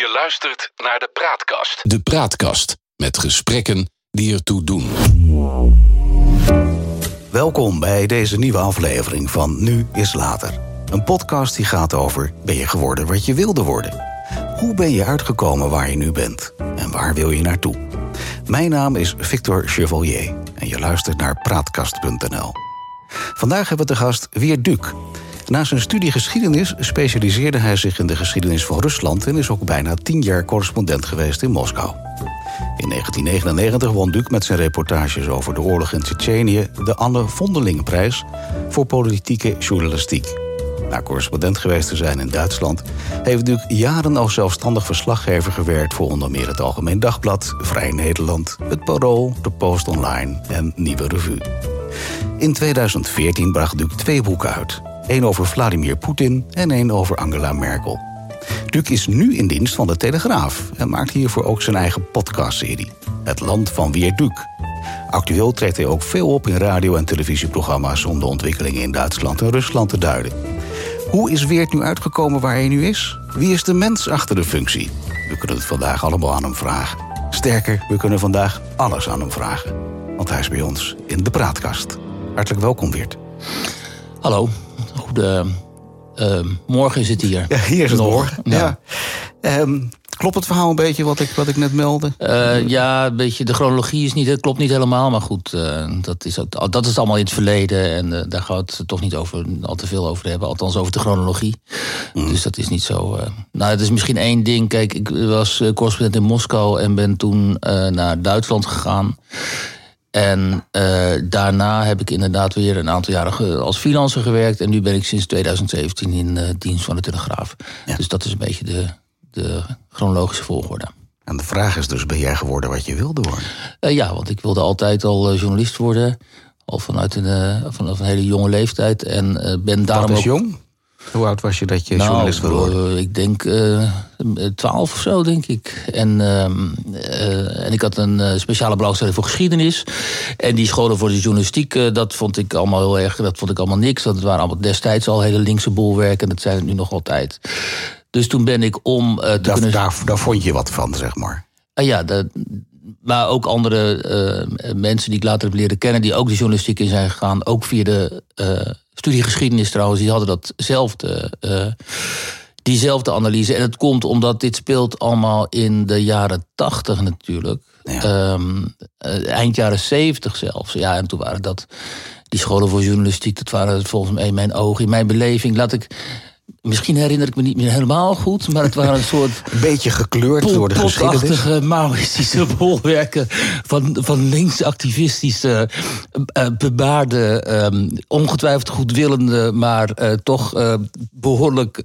Je luistert naar de Praatkast. De Praatkast, met gesprekken die ertoe doen. Welkom bij deze nieuwe aflevering van Nu is Later. Een podcast die gaat over: ben je geworden wat je wilde worden? Hoe ben je uitgekomen waar je nu bent? En waar wil je naartoe? Mijn naam is Victor Chevalier en je luistert naar Praatkast.nl. Vandaag hebben we te gast Weert Duc. Na zijn studie geschiedenis specialiseerde hij zich in de geschiedenis van Rusland en is ook bijna 10 jaar correspondent geweest in Moskou. In 1999 won Duc met zijn reportages over de oorlog in Tsjetsjenië de Anne Vondelingprijs voor politieke journalistiek. Na correspondent geweest te zijn in Duitsland heeft Duc jaren als zelfstandig verslaggever gewerkt voor onder meer het Algemeen Dagblad, Vrij Nederland, het Parool, de Post Online en Nieuwe Revue. In 2014 bracht Duc 2 boeken uit. 1 over Vladimir Poetin en 1 over Angela Merkel. Duc is nu in dienst van de Telegraaf en maakt hiervoor ook zijn eigen podcastserie, Het Land van Weert Duc. Actueel treedt hij ook veel op in radio- en televisieprogramma's om de ontwikkelingen in Duitsland en Rusland te duiden. Hoe is Weert nu uitgekomen waar hij nu is? Wie is de mens achter de functie? We kunnen het vandaag allemaal aan hem vragen. Sterker, we kunnen vandaag alles aan hem vragen. Want hij is bij ons in de Praatkast. Hartelijk welkom, Weert. Hallo, morgen is het hier. Ja, hier is het morgen. Ja. Klopt het verhaal een beetje wat ik net meldde? Ja, een beetje. De chronologie klopt niet helemaal, maar goed, dat is allemaal in het verleden en daar gaan we het toch niet al te veel over hebben, althans over de chronologie. Dus dat is niet zo. Het is misschien 1 ding. Kijk, ik was correspondent in Moskou en ben toen naar Duitsland gegaan. En daarna heb ik inderdaad weer een aantal jaren als freelancer gewerkt. En nu ben ik sinds 2017 in dienst van de Telegraaf. Ja. Dus dat is een beetje de chronologische volgorde. En de vraag is dus, ben jij geworden wat je wilde worden? Ja, want ik wilde altijd al journalist worden. Al vanaf een hele jonge leeftijd. En ben daarom dat is jong? Hoe oud was je dat je journalist wilde worden? Ik denk 12 of zo, denk ik. En ik had een speciale belangstelling voor geschiedenis. En die scholen voor de journalistiek, dat vond ik allemaal heel erg. Dat vond ik allemaal niks. Want het waren allemaal destijds al hele linkse bolwerken. En dat zijn het nu nog altijd. Dus toen ben ik Daar vond je wat van, zeg maar. Maar ook andere mensen die ik later heb leren kennen, die ook de journalistiek in zijn gegaan, ook via de studie geschiedenis trouwens, die hadden diezelfde analyse. En het komt omdat dit speelt allemaal in de jaren 80 natuurlijk. Ja. Eind jaren 70 zelfs. Ja, en toen waren die scholen voor journalistiek, dat waren volgens mij in mijn ogen, in mijn beleving. Misschien herinner ik me niet meer helemaal goed, maar het waren een soort een beetje gekleurd door de geschiedenis. Maoïstische bolwerken van linksactivistische, bebaarde, ongetwijfeld goedwillende, maar toch behoorlijk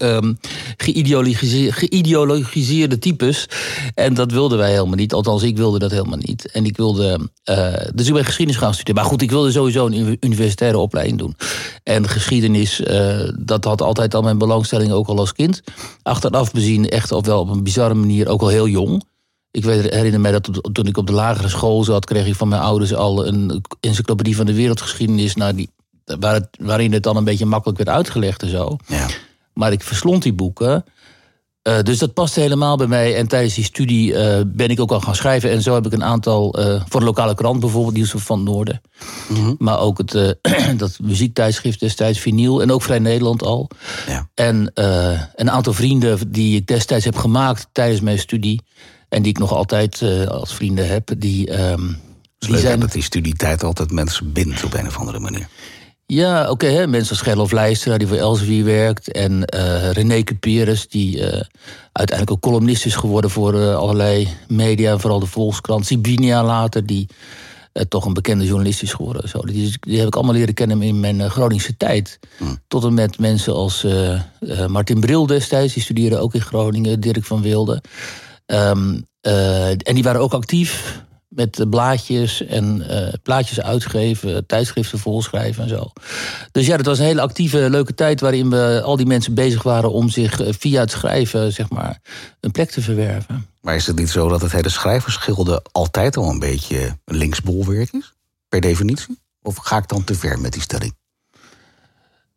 geïdeologiseerde types. En dat wilden wij helemaal niet. Althans, ik wilde dat helemaal niet. En ik wilde dus ik ben geschiedenis gaan studeren. Maar goed, ik wilde sowieso een universitaire opleiding doen. En geschiedenis, dat had altijd al mijn belangstelling, ook al als kind. Achteraf bezien echt op een bizarre manier, ook al heel jong. Ik herinner mij dat toen ik op de lagere school zat, kreeg ik van mijn ouders al een encyclopedie van de wereldgeschiedenis, waarin het dan een beetje makkelijk werd uitgelegd en zo. Ja. Maar ik verslond die boeken. Dus dat paste helemaal bij mij. En tijdens die studie ben ik ook al gaan schrijven. En zo heb ik een aantal, voor de lokale krant bijvoorbeeld, Nieuws van het Noorden. Mm-hmm. Maar ook dat muziektijdschrift destijds, Vinyl. En ook Vrij Nederland al. Ja. En een aantal vrienden die ik destijds heb gemaakt tijdens mijn studie. En die ik nog altijd als vrienden heb. Die zijn dat die studietijd altijd mensen bindt op een of andere manier. Ja, oké, mensen als Gerlof Leijstra, die voor Elsevier werkt. En René Cuperus, die uiteindelijk ook columnist is geworden voor allerlei media, vooral de Volkskrant. Sibinia later, die toch een bekende journalist is geworden. Zo. Die heb ik allemaal leren kennen in mijn Groningse tijd. Tot en met mensen als Martin Bril destijds, die studeerde ook in Groningen, Dirk van Wilde. En die waren ook actief met blaadjes en plaatjes uitgeven, tijdschriften volschrijven en zo. Dus ja, dat was een hele actieve, leuke tijd waarin al die mensen bezig waren om zich via het schrijven, zeg maar, een plek te verwerven. Maar is het niet zo dat het hele schrijversgilde altijd al een beetje een linksbolwerk is? Per definitie? Of ga ik dan te ver met die stelling?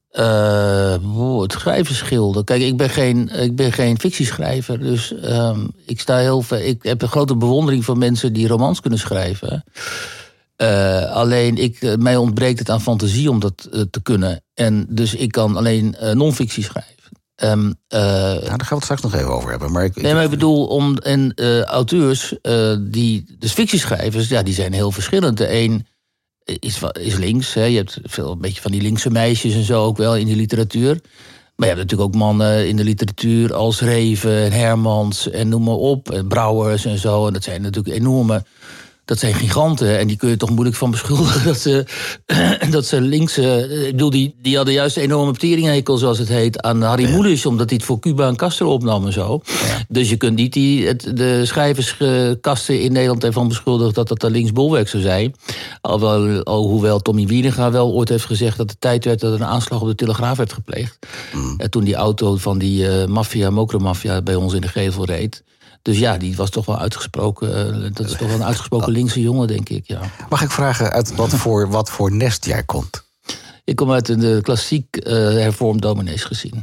Het schrijversschilder. Kijk, ik ben geen fictieschrijver. Dus ik heb een grote bewondering voor mensen die romans kunnen schrijven. Alleen, mij ontbreekt het aan fantasie om dat te kunnen. En dus ik kan alleen non-fictie schrijven. Daar gaan we het straks nog even over hebben. Maar ik bedoel, auteurs, dus fictieschrijvers, ja, die zijn heel verschillend. De een is links. Hè. Je hebt veel een beetje van die linkse meisjes en zo ook wel in de literatuur. Maar je hebt natuurlijk ook mannen in de literatuur als Reven en Hermans en noem maar op. En Brouwers en zo. En dat zijn natuurlijk enorme... Dat zijn giganten en die kun je toch moeilijk van beschuldigen dat ze linkse... Ik bedoel, die hadden juist een enorme teringhekel, zoals het heet, aan Harry Mulisch, omdat hij het voor Cuba en Castro opnam en zo. Ja. Dus je kunt niet de schrijverskasten in Nederland ervan beschuldigen dat een linksbolwerk zou zijn. Hoewel Tommy Wieringa wel ooit heeft gezegd dat het tijd werd dat een aanslag op de Telegraaf werd gepleegd. Toen die auto van die mokromafia bij ons in de gevel reed. Dus ja, die was toch wel uitgesproken. Dat is toch wel een uitgesproken linkse jongen, denk ik. Ja. Mag ik vragen uit wat voor nest jij komt? Ik kom uit een klassiek hervormd domineesgezin.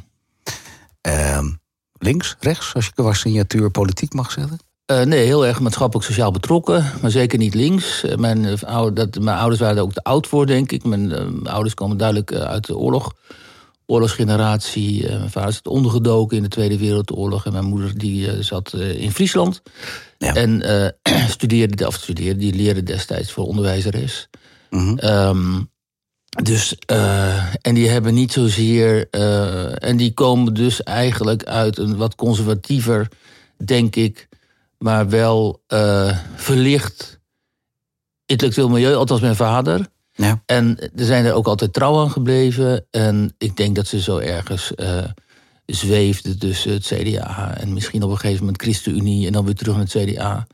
Links, rechts, als je qua signatuur politiek mag zetten? Nee, heel erg maatschappelijk sociaal betrokken, maar zeker niet links. Mijn ouders waren er ook te oud voor, denk ik. Mijn ouders komen duidelijk uit de oorlogsgeneratie. Mijn vader zat ondergedoken in de Tweede Wereldoorlog. En mijn moeder die zat in Friesland. Ja. En die leerde destijds voor onderwijzeres. Mm-hmm. En die hebben niet zozeer... en die komen dus eigenlijk uit een wat conservatiever, denk ik, maar wel verlicht intellectueel milieu. Althans mijn vader. Ja. En er zijn er ook altijd trouw aan gebleven. En ik denk dat ze zo ergens zweefde tussen het CDA en misschien op een gegeven moment ChristenUnie en dan weer terug naar het CDA.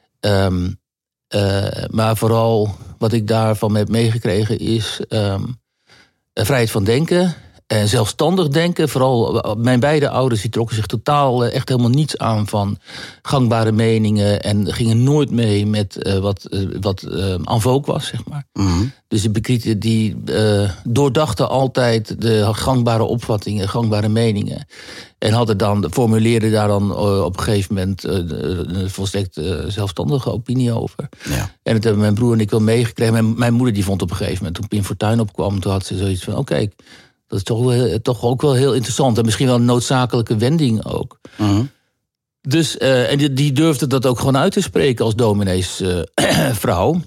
Maar vooral wat ik daarvan heb meegekregen is vrijheid van denken en zelfstandig denken. Vooral mijn beide ouders die trokken zich totaal echt helemaal niets aan van gangbare meningen en gingen nooit mee met wat en vogue was, zeg maar. Mm-hmm. Dus die doordachten altijd de gangbare opvattingen, gangbare meningen. En formuleerden daar dan op een gegeven moment een volstrekt zelfstandige opinie over. Ja. En dat hebben mijn broer en ik wel meegekregen. Mijn moeder die vond op een gegeven moment, toen Pim Fortuyn opkwam, toen had ze zoiets van, kijk, dat is toch ook wel heel interessant. En misschien wel een noodzakelijke wending ook. Mm-hmm. Dus, en die durfde dat ook gewoon uit te spreken als domineesvrouw.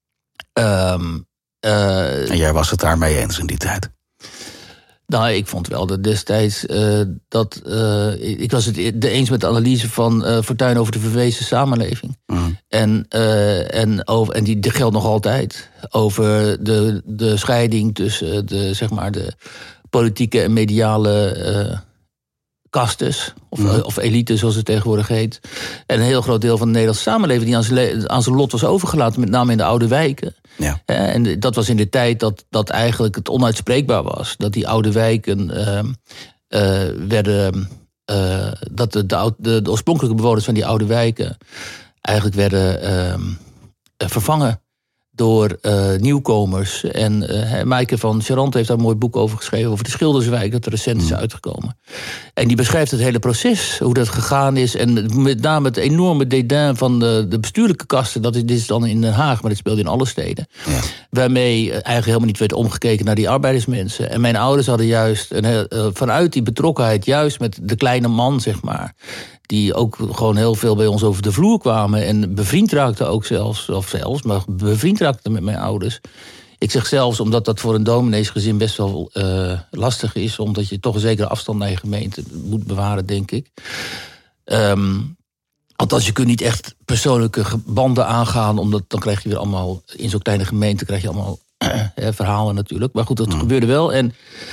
En jij was het daarmee eens in die tijd? Nou, ik vond wel dat destijds ik was het eens met de analyse van Fortuyn over de verwezen samenleving. Mm. En die geldt nog altijd. Over de scheiding tussen de politieke en mediale kastes, of elite zoals het tegenwoordig heet. En een heel groot deel van de Nederlandse samenleving die aan zijn lot was overgelaten, met name in de oude wijken. Ja. En dat was in de tijd dat eigenlijk het onuitspreekbaar was. Dat die oude wijken werden... dat de oorspronkelijke bewoners van die oude wijken eigenlijk werden vervangen door nieuwkomers. En Maaike van Charant heeft daar een mooi boek over geschreven, over de Schilderswijk, dat er recent is uitgekomen. En die beschrijft het hele proces, hoe dat gegaan is. En met name het enorme dédain van de bestuurlijke kasten. Dit is dan in Den Haag, maar dit speelde in alle steden. Ja. Waarmee eigenlijk helemaal niet werd omgekeken naar die arbeidersmensen. En mijn ouders hadden juist vanuit die betrokkenheid, juist met de kleine man, zeg maar, die ook gewoon heel veel bij ons over de vloer kwamen en bevriend raakten ook maar bevriend raakten met mijn ouders. Ik zeg zelfs omdat dat voor een domineesgezin best wel lastig is, omdat je toch een zekere afstand naar je gemeente moet bewaren, denk ik. Althans, je kunt niet echt persoonlijke banden aangaan, omdat dan krijg je weer allemaal, in zo'n kleine gemeente krijg je allemaal verhalen natuurlijk. Maar goed, dat gebeurde wel. En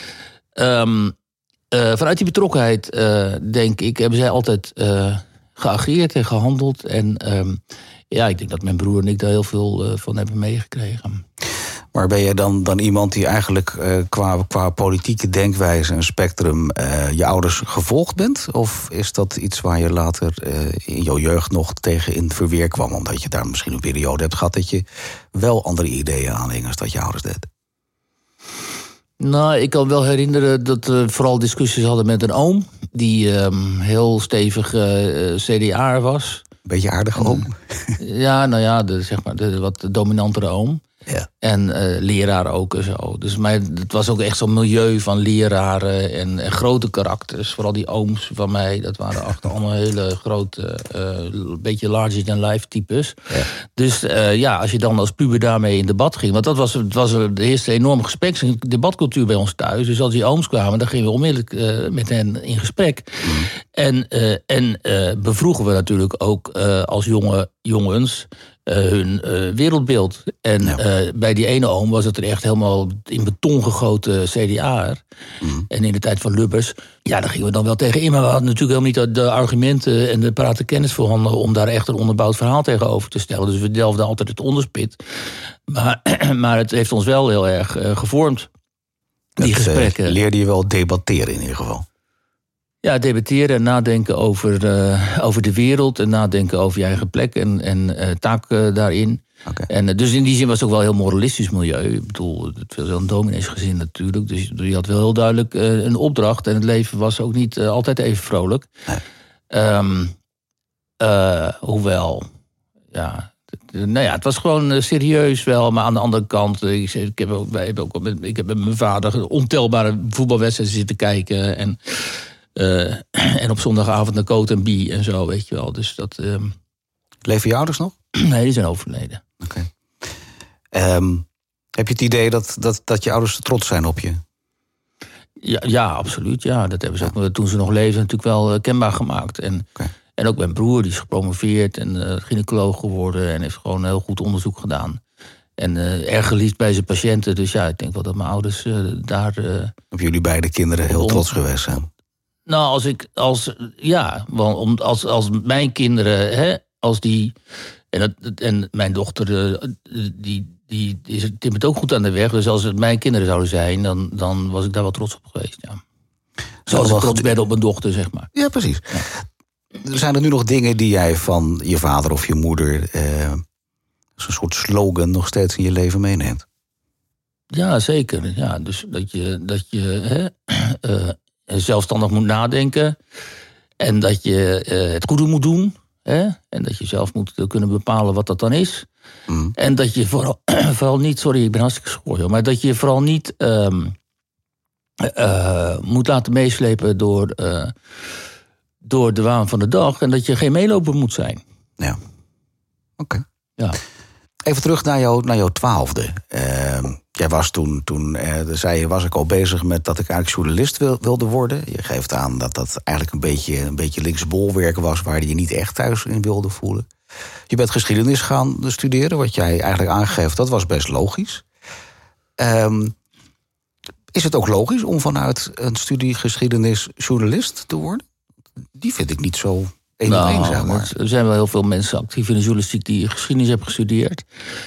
vanuit die betrokkenheid, denk ik, hebben zij altijd geageerd en gehandeld. En ik denk dat mijn broer en ik daar heel veel van hebben meegekregen. Maar ben jij dan iemand die eigenlijk qua politieke denkwijze en spectrum je ouders gevolgd bent? Of is dat iets waar je later in jouw jeugd nog tegen in verweer kwam? Omdat je daar misschien een periode hebt gehad dat je wel andere ideeën aanhing als dat je ouders deed? Nou, ik kan wel herinneren dat we vooral discussies hadden met een oom... die heel stevig CDA was. Beetje aardige oom. Ja, nou ja, zeg maar de wat dominantere oom. Ja. En leraar ook en zo. Dus het was ook echt zo'n milieu van leraren en grote karakters. Vooral die ooms van mij, dat waren allemaal hele grote, beetje larger than life types. Ja. Dus als je dan als puber daarmee in debat ging... want het was de eerste enorme debatcultuur bij ons thuis. Dus als die ooms kwamen, dan gingen we onmiddellijk met hen in gesprek. En bevroegen we natuurlijk ook als jongens... hun wereldbeeld. En bij die ene oom was het er echt helemaal in beton gegoten CDA'er. En in de tijd van Lubbers, daar gingen we dan wel tegen in. Maar we hadden natuurlijk helemaal niet de argumenten en de parate kennis voorhanden... om daar echt een onderbouwd verhaal tegenover te stellen. Dus we delfden altijd het onderspit. Maar het heeft ons wel heel erg gevormd, die gesprekken. Leerde je wel debatteren in ieder geval? Ja, debatteren en nadenken over de wereld... en nadenken over je eigen plek en taak daarin. Okay. En dus in die zin was het ook wel een heel moralistisch milieu. Ik bedoel, het was wel een domineesgezin natuurlijk. Dus je had wel heel duidelijk een opdracht... en het leven was ook niet altijd even vrolijk. Hoewel, ja... Nou ja, het was gewoon serieus wel, maar aan de andere kant... Ik heb met mijn vader ontelbare voetbalwedstrijden zitten kijken... en op zondagavond naar Coat en Bie en zo, weet je wel. Dus dat... Leven je ouders nog? Nee, die zijn overleden. Okay. Heb je het idee dat je ouders trots zijn op je? Ja, absoluut. Ja. Dat hebben ze ook toen ze nog leefden natuurlijk wel kenbaar gemaakt. En ook mijn broer, die is gepromoveerd en gynaecoloog geworden... en heeft gewoon heel goed onderzoek gedaan. En erg geliefd bij zijn patiënten. Dus ja, ik denk wel dat mijn ouders daar... Op jullie beide kinderen heel trots geweest zijn? Nou, als mijn kinderen, hè, als die... En mijn dochter, die timmert ook goed aan de weg. Dus als het mijn kinderen zouden zijn, dan was ik daar wel trots op geweest, ja. Zoals ik trots ben op mijn dochter, zeg maar. Ja, precies. Ja. Zijn er nu nog dingen die jij van je vader of je moeder... als een soort slogan nog steeds in je leven meeneemt? Ja, zeker. Ja, dus dat je zelfstandig moet nadenken. En dat je het goede moet doen. Hè? En dat je zelf moet kunnen bepalen wat dat dan is. En dat je vooral niet... Sorry, ik ben hartstikke schor, maar dat je vooral niet moet laten meeslepen door de waan van de dag. En dat je geen meeloper moet zijn. Ja. Oké. Ja. Even terug naar jouw 12e. Jij was toen zei je, was ik al bezig met dat ik eigenlijk journalist wilde worden. Je geeft aan dat dat eigenlijk een beetje linksbolwerk was... waar je niet echt thuis in wilde voelen. Je bent geschiedenis gaan studeren, wat jij eigenlijk aangeeft. Dat was best logisch. Is het ook logisch om vanuit een studie geschiedenis journalist te worden? Die vind ik niet zo... zeg maar. Er zijn wel heel veel mensen actief in de journalistiek... die geschiedenis hebben gestudeerd.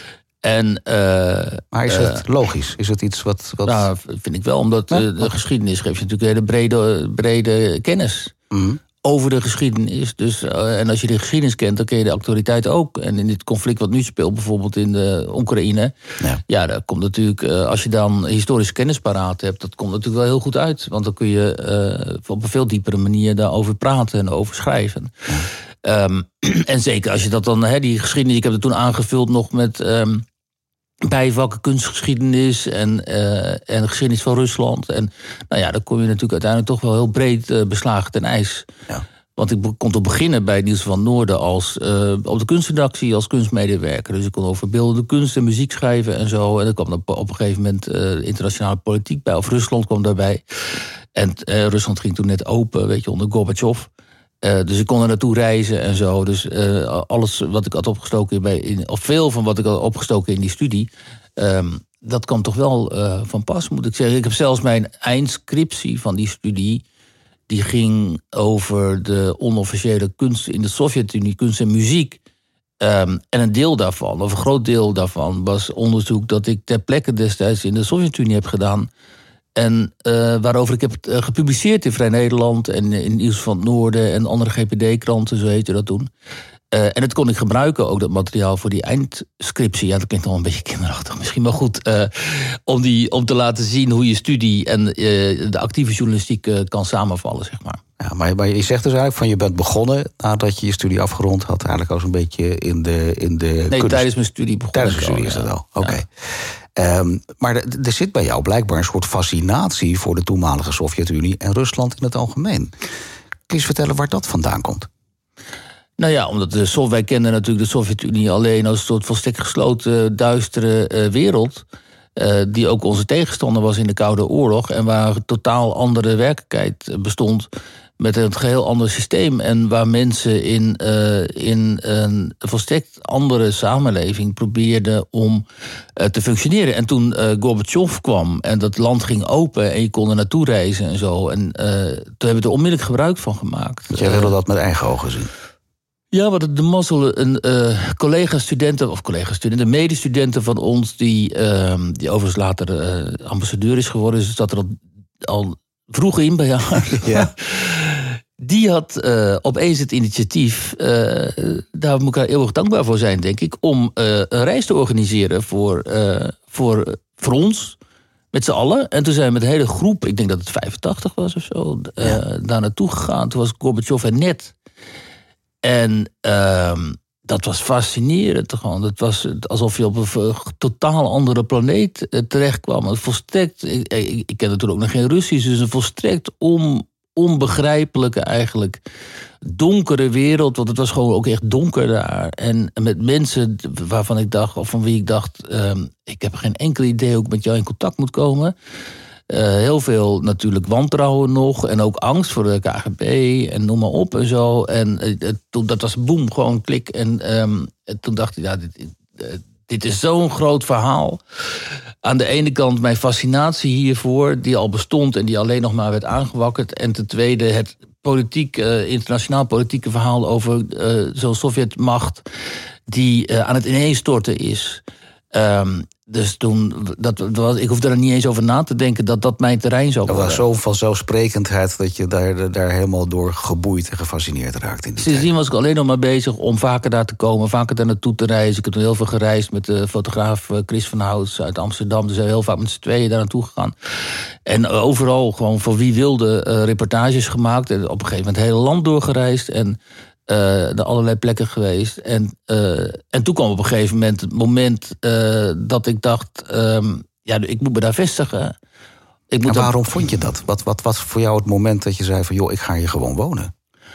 Maar is het logisch? Is het iets wat... Nou, vind ik wel, omdat de geschiedenis geeft je natuurlijk hele brede kennis... over de geschiedenis. Dus, en als je de geschiedenis kent, dan ken je de actualiteit ook. En in dit conflict wat nu speelt, bijvoorbeeld in de Oekraïne... Ja, dat komt natuurlijk, als je dan historische kennis paraat hebt... dat komt natuurlijk wel heel goed uit. Want dan kun je op een veel diepere manier daarover praten en over schrijven. En zeker als je dat dan, die geschiedenis... Ik heb het toen aangevuld nog met... bijvakken kunstgeschiedenis en geschiedenis van Rusland. En nou ja, dan kom je natuurlijk uiteindelijk toch wel heel breed beslagen ten ijs. Ja. Want ik kon toch beginnen bij het Nieuws van het Noorden op de kunstredactie als kunstmedewerker. Dus ik kon over beeldende kunst en muziek schrijven en zo. En dan kwam op een gegeven moment internationale politiek bij. Of Rusland kwam daarbij. En Rusland ging toen net open, weet je, onder Gorbachev. Dus ik kon er naartoe reizen en zo. Dus alles wat ik had opgestoken of veel van wat ik had opgestoken in die studie... dat kwam toch wel van pas, moet ik zeggen. Ik heb zelfs mijn eindscriptie van die studie... die ging over de onofficiële kunst in de Sovjet-Unie, kunst en muziek. En een deel daarvan, of een groot deel daarvan... was onderzoek dat ik ter plekke destijds in de Sovjet-Unie heb gedaan... En waarover ik heb gepubliceerd in Vrij Nederland... en in Nieuws van het Noorden en andere GPD-kranten, zo heette dat toen. En dat kon ik gebruiken, ook dat materiaal voor die eindscriptie. Ja, dat klinkt nog een beetje kinderachtig misschien, maar goed. Om te laten zien hoe je studie en de actieve journalistiek kan samenvallen, zeg maar. Ja, maar je zegt dus eigenlijk van je bent begonnen nadat je je studie afgerond had, eigenlijk als een beetje in de Nee, tijdens mijn studie begon. Tijdens mijn studie is dat al, oké. Maar er zit bij jou blijkbaar een soort fascinatie voor de toenmalige Sovjet-Unie en Rusland in het algemeen. Kun je eens vertellen waar dat vandaan komt? Nou ja, omdat wij kenden natuurlijk de Sovjet-Unie alleen als een soort volstrekt gesloten, duistere wereld. Die ook onze tegenstander was in de Koude Oorlog. En waar een totaal andere werkelijkheid bestond. Met een geheel ander systeem. En waar mensen in een volstrekt andere samenleving probeerden om te functioneren. En toen Gorbachev kwam en dat land ging open en je kon er naartoe reizen en zo. En toen hebben we er onmiddellijk gebruik van gemaakt. Jij wilde dat met eigen ogen zien? Ja, wat de mazzel, een medestudenten van ons, die overigens later ambassadeur is geworden, dus dat er al vroeg in bij haar. Ja. Die had opeens het initiatief, daar moet ik haar eeuwig dankbaar voor zijn, denk ik, om een reis te organiseren voor ons, met z'n allen. En toen zijn we met een hele groep, ik denk dat het 85 was of zo, daar naartoe gegaan. Toen was Gorbachev er net. En dat was fascinerend. Gewoon. Het was alsof je op een totaal andere planeet terecht kwam. Volstrekt, ik kende toen ook nog geen Russisch, dus een volstrekt onbegrijpelijke eigenlijk donkere wereld. Want het was gewoon ook echt donker daar. En met mensen waarvan ik dacht, of van wie ik dacht, ik heb geen enkel idee hoe ik met jou in contact moet komen. Heel veel natuurlijk wantrouwen nog. En ook angst voor de KGB en noem maar op en zo. En dat was boem, gewoon klik. En toen dacht ik, ja, dit is zo'n groot verhaal. Aan de ene kant mijn fascinatie hiervoor, die al bestond en die alleen nog maar werd aangewakkerd. En ten tweede het internationaal politieke verhaal over zo'n Sovjetmacht die aan het ineenstorten is. Dus toen, ik hoefde er niet eens over na te denken dat mijn terrein zou worden. Dat was zo vanzelfsprekendheid dat je daar helemaal door geboeid en gefascineerd raakt. Sindsdien was ik alleen nog maar bezig om vaker daar te komen, vaker daar naartoe te reizen. Ik heb toen heel veel gereisd met de fotograaf Chris van Houts uit Amsterdam. Dus zijn we heel vaak met z'n tweeën daar naartoe gegaan. En overal gewoon voor wie wilde reportages gemaakt. En op een gegeven moment het hele land doorgereisd en naar allerlei plekken geweest. En toen kwam op een gegeven moment het moment dat ik dacht, ik moet me daar vestigen. En waarom vond je dat? Wat was voor jou het moment dat je zei van, joh, ik ga hier gewoon wonen?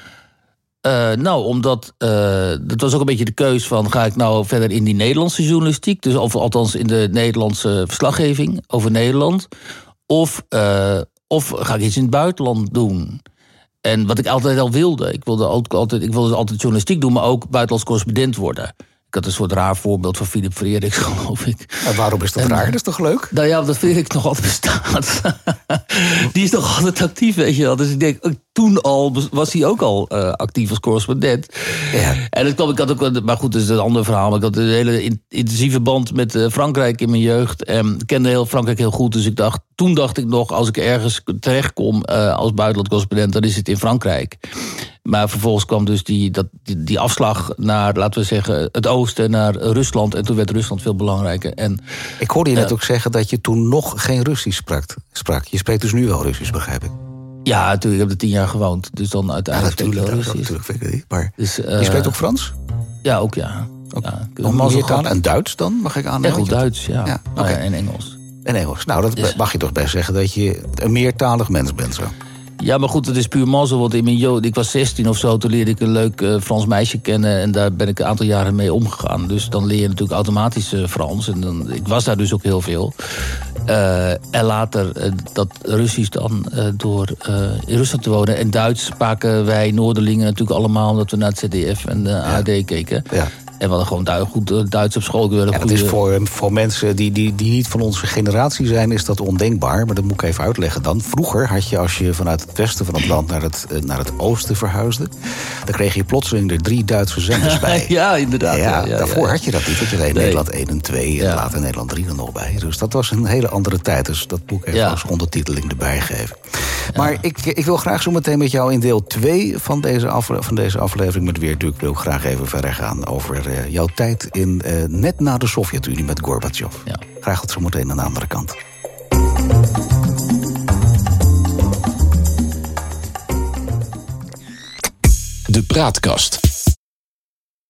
Omdat dat was ook een beetje de keus van, ga ik nou verder in die Nederlandse journalistiek, dus of althans in de Nederlandse verslaggeving over Nederland, of ga ik iets in het buitenland doen? En wat ik altijd al wilde. Ik wilde altijd journalistiek doen, maar ook buitenlands correspondent worden. Ik had een soort raar voorbeeld van Philip Frederiks, geloof ik. En waarom is dat raar? Dat is toch leuk? Nou ja, dat Frederiks nog altijd bestaat. Die is nog altijd actief, weet je wel. Dus ik denk, toen al was hij ook al actief als correspondent. Ja. En ik had ook, maar goed, dat is een ander verhaal. Maar ik had een hele intensieve band met Frankrijk in mijn jeugd. En ik kende heel Frankrijk heel goed. Dus toen dacht ik nog, als ik ergens terechtkom als buitenland correspondent, dan is het in Frankrijk. Maar vervolgens kwam dus die afslag naar, laten we zeggen, het oosten, naar Rusland. En toen werd Rusland veel belangrijker. En, ik hoorde je net ook zeggen dat je toen nog geen Russisch sprak. Je spreekt dus nu wel Russisch, begrijp ik. Ja, natuurlijk. Ik heb er 10 jaar gewoond. Dus dan uiteindelijk natuurlijk vind ik niet. Maar dus, je spreekt ook Frans? Ja, ook ja. Nog meer talen? En Duits dan, mag ik aannemen? Echt goed Duits, ja. Okay. En Engels. En Engels. Nou, dat mag je toch best zeggen dat je een meertalig mens bent zo. Ja, maar goed, het is puur mazzel. Want ik was 16 of zo, toen leerde ik een leuk Frans meisje kennen. En daar ben ik een aantal jaren mee omgegaan. Dus dan leer je natuurlijk automatisch Frans. En ik was daar dus ook heel veel. En later dat Russisch dan door in Rusland te wonen. En Duits spraken wij Noorderlingen natuurlijk allemaal, omdat we naar het ZDF en de ARD keken. Ja. En we hadden gewoon goed Duits op school. Dat is voor mensen die niet van onze generatie zijn, is dat ondenkbaar. Maar dat moet ik even uitleggen dan. Vroeger had je, als je vanuit het westen van het land naar het oosten verhuisde, dan kreeg je plotseling er 3 Duitse zenders bij. Ja, inderdaad. Ja, daarvoor had je dat niet. Dat je Nederland 1 en 2 en later Nederland 3 er nog bij. Dus dat was een hele andere tijd. Dus dat moet ik even als ondertiteling erbij geven. Maar ik wil graag zo meteen met jou in deel 2 van deze aflevering met Weerduk... wil ik graag even verder gaan over jouw tijd in net na de Sovjet-Unie met Gorbachev. Ja. Graag tot zo meteen aan de andere kant. De Praatkast.